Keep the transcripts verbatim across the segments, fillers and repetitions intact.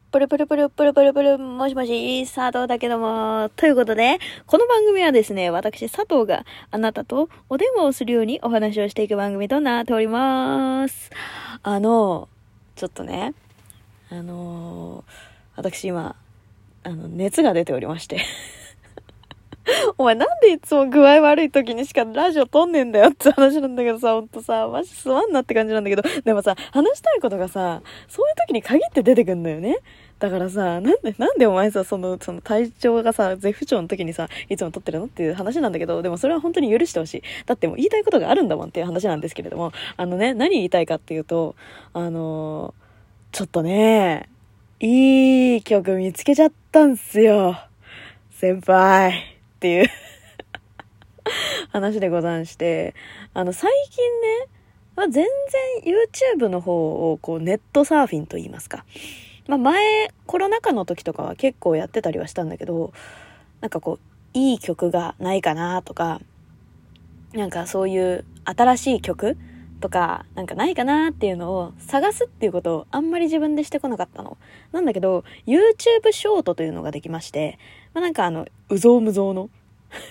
プルプルプルプルプルプル、もしもし、佐藤だけども。ということで、この番組はですね、私佐藤があなたとお電話をするようにお話をしていく番組となっております。あの、ちょっとね、あの、私今、あの、熱が出ておりまして。お前なんでいつも具合悪い時にしかラジオ撮んねんだよって話なんだけどさ、ほんとさ、マジすまんなって感じなんだけど、でもさ、話したいことがさ、そういう時に限って出てくんだよね。だからさ、なんで、なんでお前さ、その、その体調がさ、絶不調の時にさ、いつも撮ってるのっていう話なんだけど、でもそれは本当に許してほしい。だってもう言いたいことがあるんだもんっていう話なんですけれども、あのね、何言いたいかっていうと、あのー、ちょっとね、いい曲見つけちゃったんすよ。先輩。っていう話でござんして、あの最近ね、まあ、全然 YouTube の方をこうネットサーフィンと言いますか、まあ、前コロナ禍の時とかは結構やってたりはしたんだけど、なんかこういい曲がないかなとか、なんかそういう新しい曲とかなんかないかなっていうのを探すっていうことをあんまり自分でしてこなかったのなんだけど、 YouTube ショートというのができまして、まあ、なんかあのうぞうむぞうの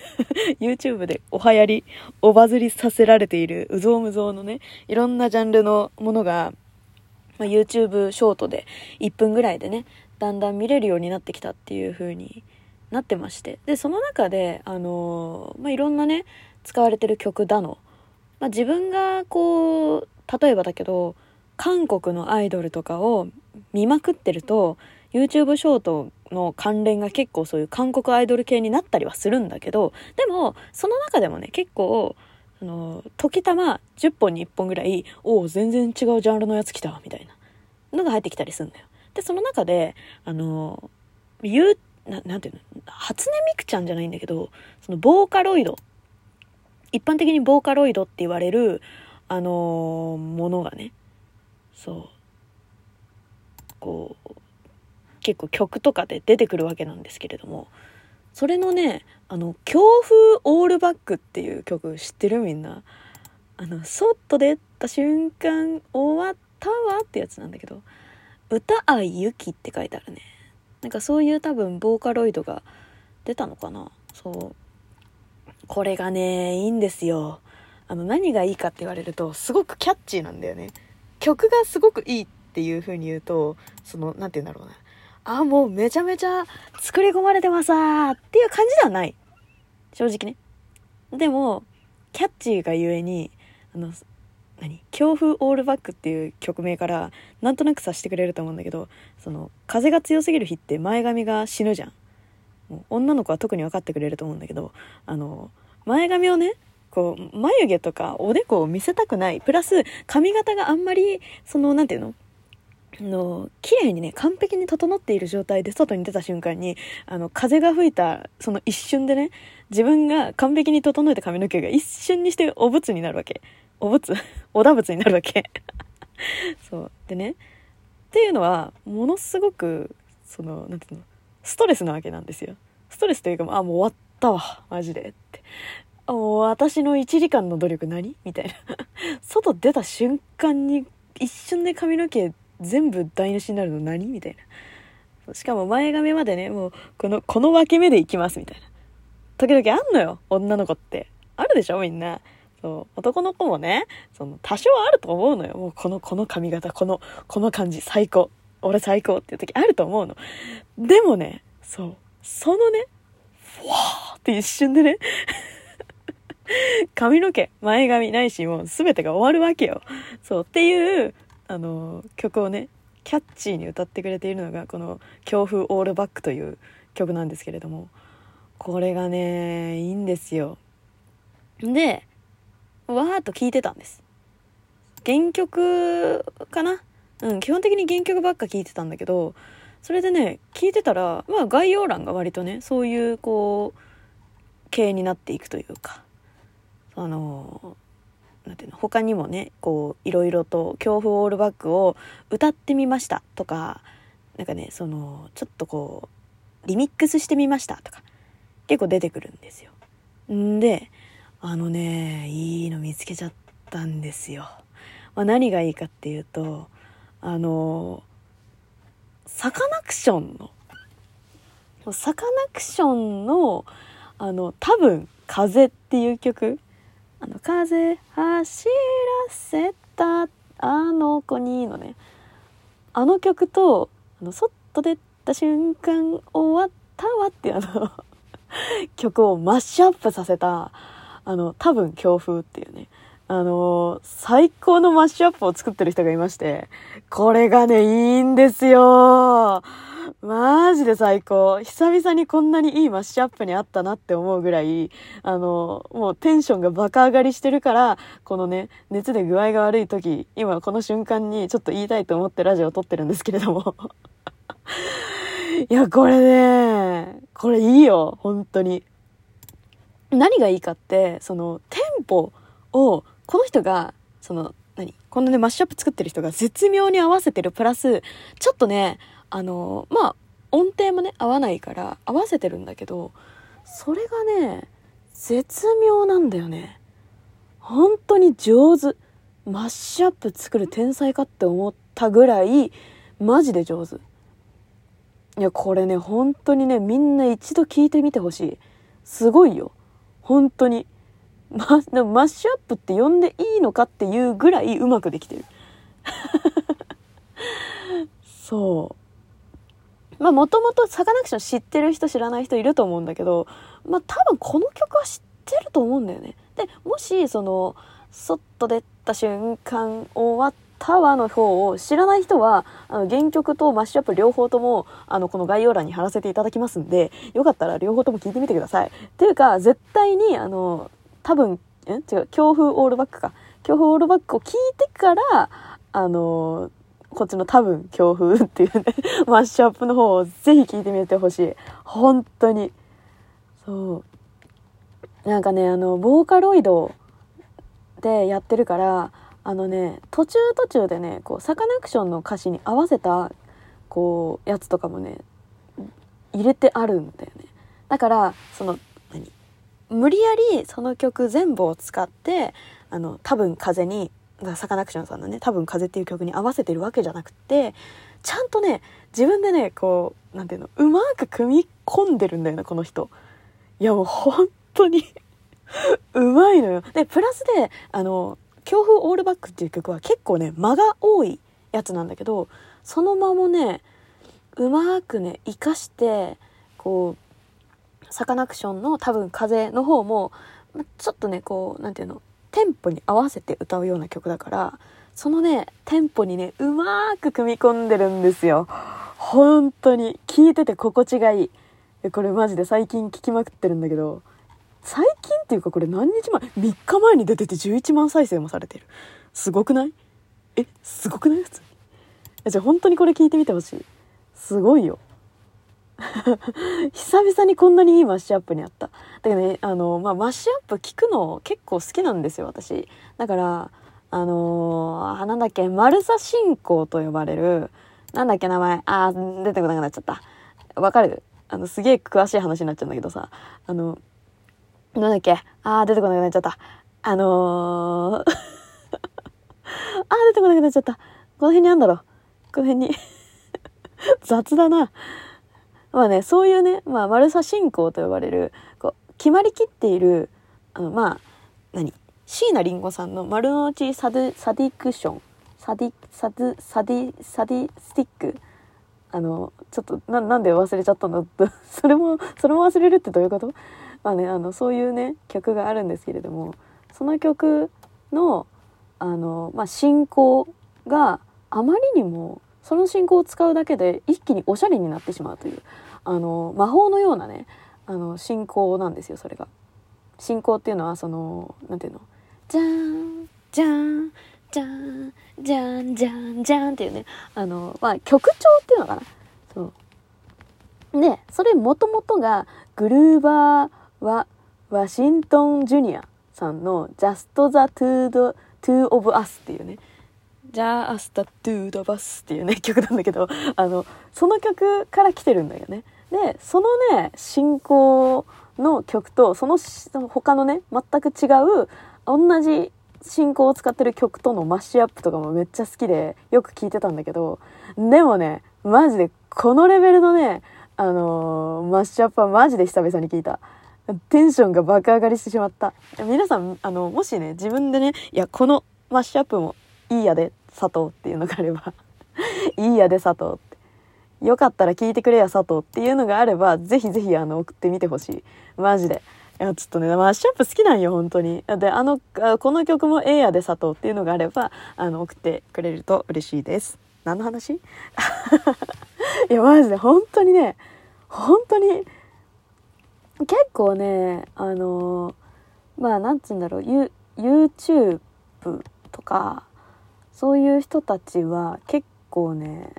YouTube でお流行りおバズりさせられているうぞうむぞうのね、いろんなジャンルのものが、まあ、YouTube ショートでいっぷんぐらいでね、だんだん見れるようになってきたっていう風になってまして、でその中であのー、まあ、いろんなね使われてる曲だの、まあ、自分がこう例えばだけど韓国のアイドルとかを見まくってると YouTube ショートの関連が結構そういう韓国アイドル系になったりはするんだけど、でもその中でもね結構あの時たまじゅっぽんにいっぽんぐらい、おお全然違うジャンルのやつ来たみたいなのが入ってきたりするんだよ。でその中であの言う な, なんていうの初音ミクちゃんじゃないんだけど、そのボーカロイド、一般的にボーカロイドって言われるあのー、ものがね、そうこう結構曲とかで出てくるわけなんですけれども、それのねあの強風オールバックっていう曲知ってる？みんな。あのそっと出た瞬間終わったわってやつなんだけど、歌愛ゆきって書いてあるね。なんかそういう多分ボーカロイドが出たのかな。そうこれがねいいんですよ。あの何がいいかって言われるとすごくキャッチーなんだよね。曲がすごくいいっていう風に言うと、そのなんて言うんだろうな、あもうめちゃめちゃ作り込まれてますーっていう感じではない、正直ね。でもキャッチーがゆえにあの何強風オールバックっていう曲名からなんとなく察してくれると思うんだけど、その風が強すぎる日って前髪が死ぬじゃん。もう女の子は特に分かってくれると思うんだけど、あの前髪をねこう眉毛とかおでこを見せたくない、プラス髪型があんまりそのなんていうのの綺麗にね完璧に整っている状態で外に出た瞬間に、あの風が吹いたその一瞬でね、自分が完璧に整えた髪の毛が一瞬にしてお仏になるわけ。お仏おだ仏になるわけそうでね、っていうのはものすごくそのなんていうのストレスなわけなんですよ。ストレスというか、あもう終わったわマジでって、もう私のいちじかんの努力何みたいな外出た瞬間に一瞬で髪の毛全部台無しになるの何みたいな。しかも前髪までねもうこのこの分け目でいきますみたいな時々あんのよ、女の子って。あるでしょみんな。そう男の子もねその多少あると思うのよ。もうこのこの髪型このこの感じ最高、俺最高っていう時あると思うの。でもねそうそのねふわーって一瞬でね髪の毛前髪ないしもう全てが終わるわけよ。そうっていうあの曲をねキャッチーに歌ってくれているのがこの強風オールバックという曲なんですけれども、これがねいいんですよ。でわーっと聴いてたんです。原曲かな、うん基本的に原曲ばっか聴いてたんだけど、それでね聴いてたらまあ概要欄が割とねそういうこう系になっていくというか、あのなんていうの他にもねこういろいろと強風オールバックを歌ってみましたとか、なんかねそのちょっとこうリミックスしてみましたとか結構出てくるんですよ。んであのねいいの見つけちゃったんですよ。まあ、何がいいかっていうとあのサカナクションのサカナクションのあの多分風っていう曲、あの風走らせたあの子にのね、あの曲とあのそっと出た瞬間終わったわっていうあの曲をマッシュアップさせたあの多分強風っていうね、あのー、最高のマッシュアップを作ってる人がいまして、これがねいいんですよ。マジで最高。久々にこんなにいいマッシュアップにあったなって思うぐらい、あのー、もうテンションがバカ上がりしてるから、このね熱で具合が悪い時、今この瞬間にちょっと言いたいと思ってラジオを撮ってるんですけれどもいやこれねこれいいよ本当に。何がいいかって、そのテンポをこの人がその何このねマッシュアップ作ってる人が絶妙に合わせてる、プラスちょっとねあのまあ音程もね合わないから合わせてるんだけど、それがね絶妙なんだよね。本当に上手。マッシュアップ作る天才かって思ったぐらいマジで上手。いやこれね本当にねみんな一度聞いてみてほしい。すごいよ本当に。ま、でもマッシュアップって呼んでいいのかっていうぐらいうまくできてるそうまあもともとサカナクション知ってる人知らない人いると思うんだけど、まあ多分この曲は知ってると思うんだよね。でもしそのそっと出た瞬間終わったわの方を知らない人は、あの原曲とマッシュアップ両方ともあのこの概要欄に貼らせていただきますんで、よかったら両方とも聞いてみてください。っていうか絶対にあの多分え違う強風オールバックか強風オールバックを聞いてからあのこっちの多分強風っていうねマッシュアップの方をぜひ聞いてみてほしい。本当にそうなんかねあのボーカロイドでやってるから、あのね途中途中でねこうサカナクションの歌詞に合わせたこうやつとかもね入れてあるんだよね。だからその何無理やりその曲全部を使ってあの多分風にサカナクションさんのね多分風っていう曲に合わせてるわけじゃなくて、ちゃんとね自分でねこうなんていうのうまく組み込んでるんだよなこの人。いやもう本当にうまいのよ。でプラスであの強風オールバックっていう曲は結構ね間が多いやつなんだけど、その間もねうまくね活かしてこうサカナクションの多分風の方もちょっとねこうなんていうのテンポに合わせて歌うような曲だから、そのねテンポにねうまく組み込んでるんですよ。本当に聴いてて心地がいい。これマジで最近聴きまくってるんだけど、最近っていうかこれ何日前みっかまえに出ててじゅういちまん再生もされてる。すごくない？えすごくない？普通にじゃあ本当にこれ聴いてみてほしい。すごいよ久々にこんなにいいマッシュアップにあった。だけどねあの、まあ、マッシュアップ聞くの結構好きなんですよ私。だからあのー、なんだっけマルサ進行と呼ばれるなんだっけ名前あー出てこなくなっちゃった。わかる？あのすげえ詳しい話になっちゃうんだけどさ、あのなんだっけあー出てこなくなっちゃった。あのー、あー出てこなくなっちゃった。この辺にあんだろこの辺に雑だな。まあね、そういうね、まあ、マルサ進行と呼ばれる、こう、決まりきっている、あの、まあ、何椎名林檎さんの丸の内サディ、サディクション、サディ、サディ、サディ、サディスティック。あの、ちょっと、な、なんで忘れちゃったんだそれも、それも忘れるってどういうこと？まあね、あの、そういうね、曲があるんですけれども、その曲の、あの、まあ、進行があまりにも、その進行を使うだけで一気におしゃれになってしまうというあの魔法のようなねあの進行なんですよ。それが進行っていうのはそのなんていうのじゃーんじゃーんじゃーんじゃーんじゃーんじゃーんっていうねあの、まあ、曲調っていうのかな。そうでそれもともとがグルーバーはワシントン・ジュニアさんの Just the Two, Two of Us っていうねじゃあアスタトゥードバスっていうね曲なんだけど、あのその曲から来てるんだよね。でそのね進行の曲とその他のね全く違う同じ進行を使ってる曲とのマッシュアップとかもめっちゃ好きでよく聴いてたんだけど、でもねマジでこのレベルのね、あのー、マッシュアップはマジで久々に聞いた。テンションが爆上がりしてしまった。皆さん、あの、もしね、自分でね、いや、このマッシュアップもいいやで、佐藤っていうのがあれば、いいやで、佐藤って。よかったら聞いてくれや、佐藤っていうのがあれば、ぜひぜひ、あの、送ってみてほしい。マジで。いや、ちょっとね、マッシュアップ好きなんよ、本当に。で、あの、この曲もええやで、佐藤っていうのがあれば、あの、送ってくれると嬉しいです。何の話いや、マジで、本当にね、本当に、結構ね、あのー、まあなんつうんだろう、ユ YouTube とかそういう人たちは結構ね、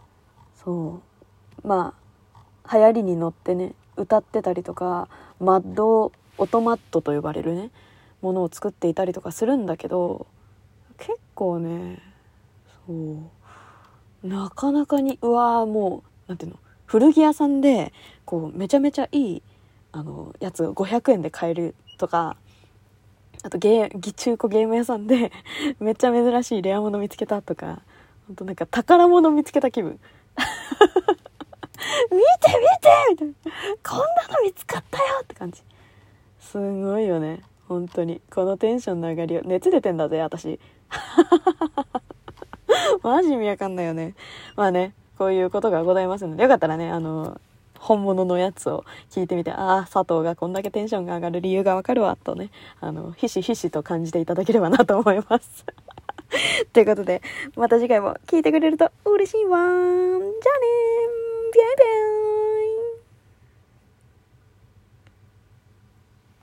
そうまあ流行りに乗ってね歌ってたりとか、マッドオトマットと呼ばれるねものを作っていたりとかするんだけど、結構ね、そうなかなかにうわーもうなんていうの、古着屋さんでこうめちゃめちゃいいあのやつごひゃくえんで買えるとか、あとゲー中古ゲーム屋さんでめっちゃ珍しいレア物見つけたとか、ほんとなんか宝物見つけた気分見て見てみたいな、こんなの見つかったよって感じ。すごいよね本当に。このテンションの上がりを熱出てんだぜ私マジ意味わかんないよね。まあね、こういうことがございますので、よかったらね、あの本物のやつを聞いてみて、ああ佐藤がこんだけテンションが上がる理由がわかるわとね、あのひしひしと感じていただければなと思いますということで、また次回も聞いてくれると嬉しいわー。じゃあねー、ビャイビャー。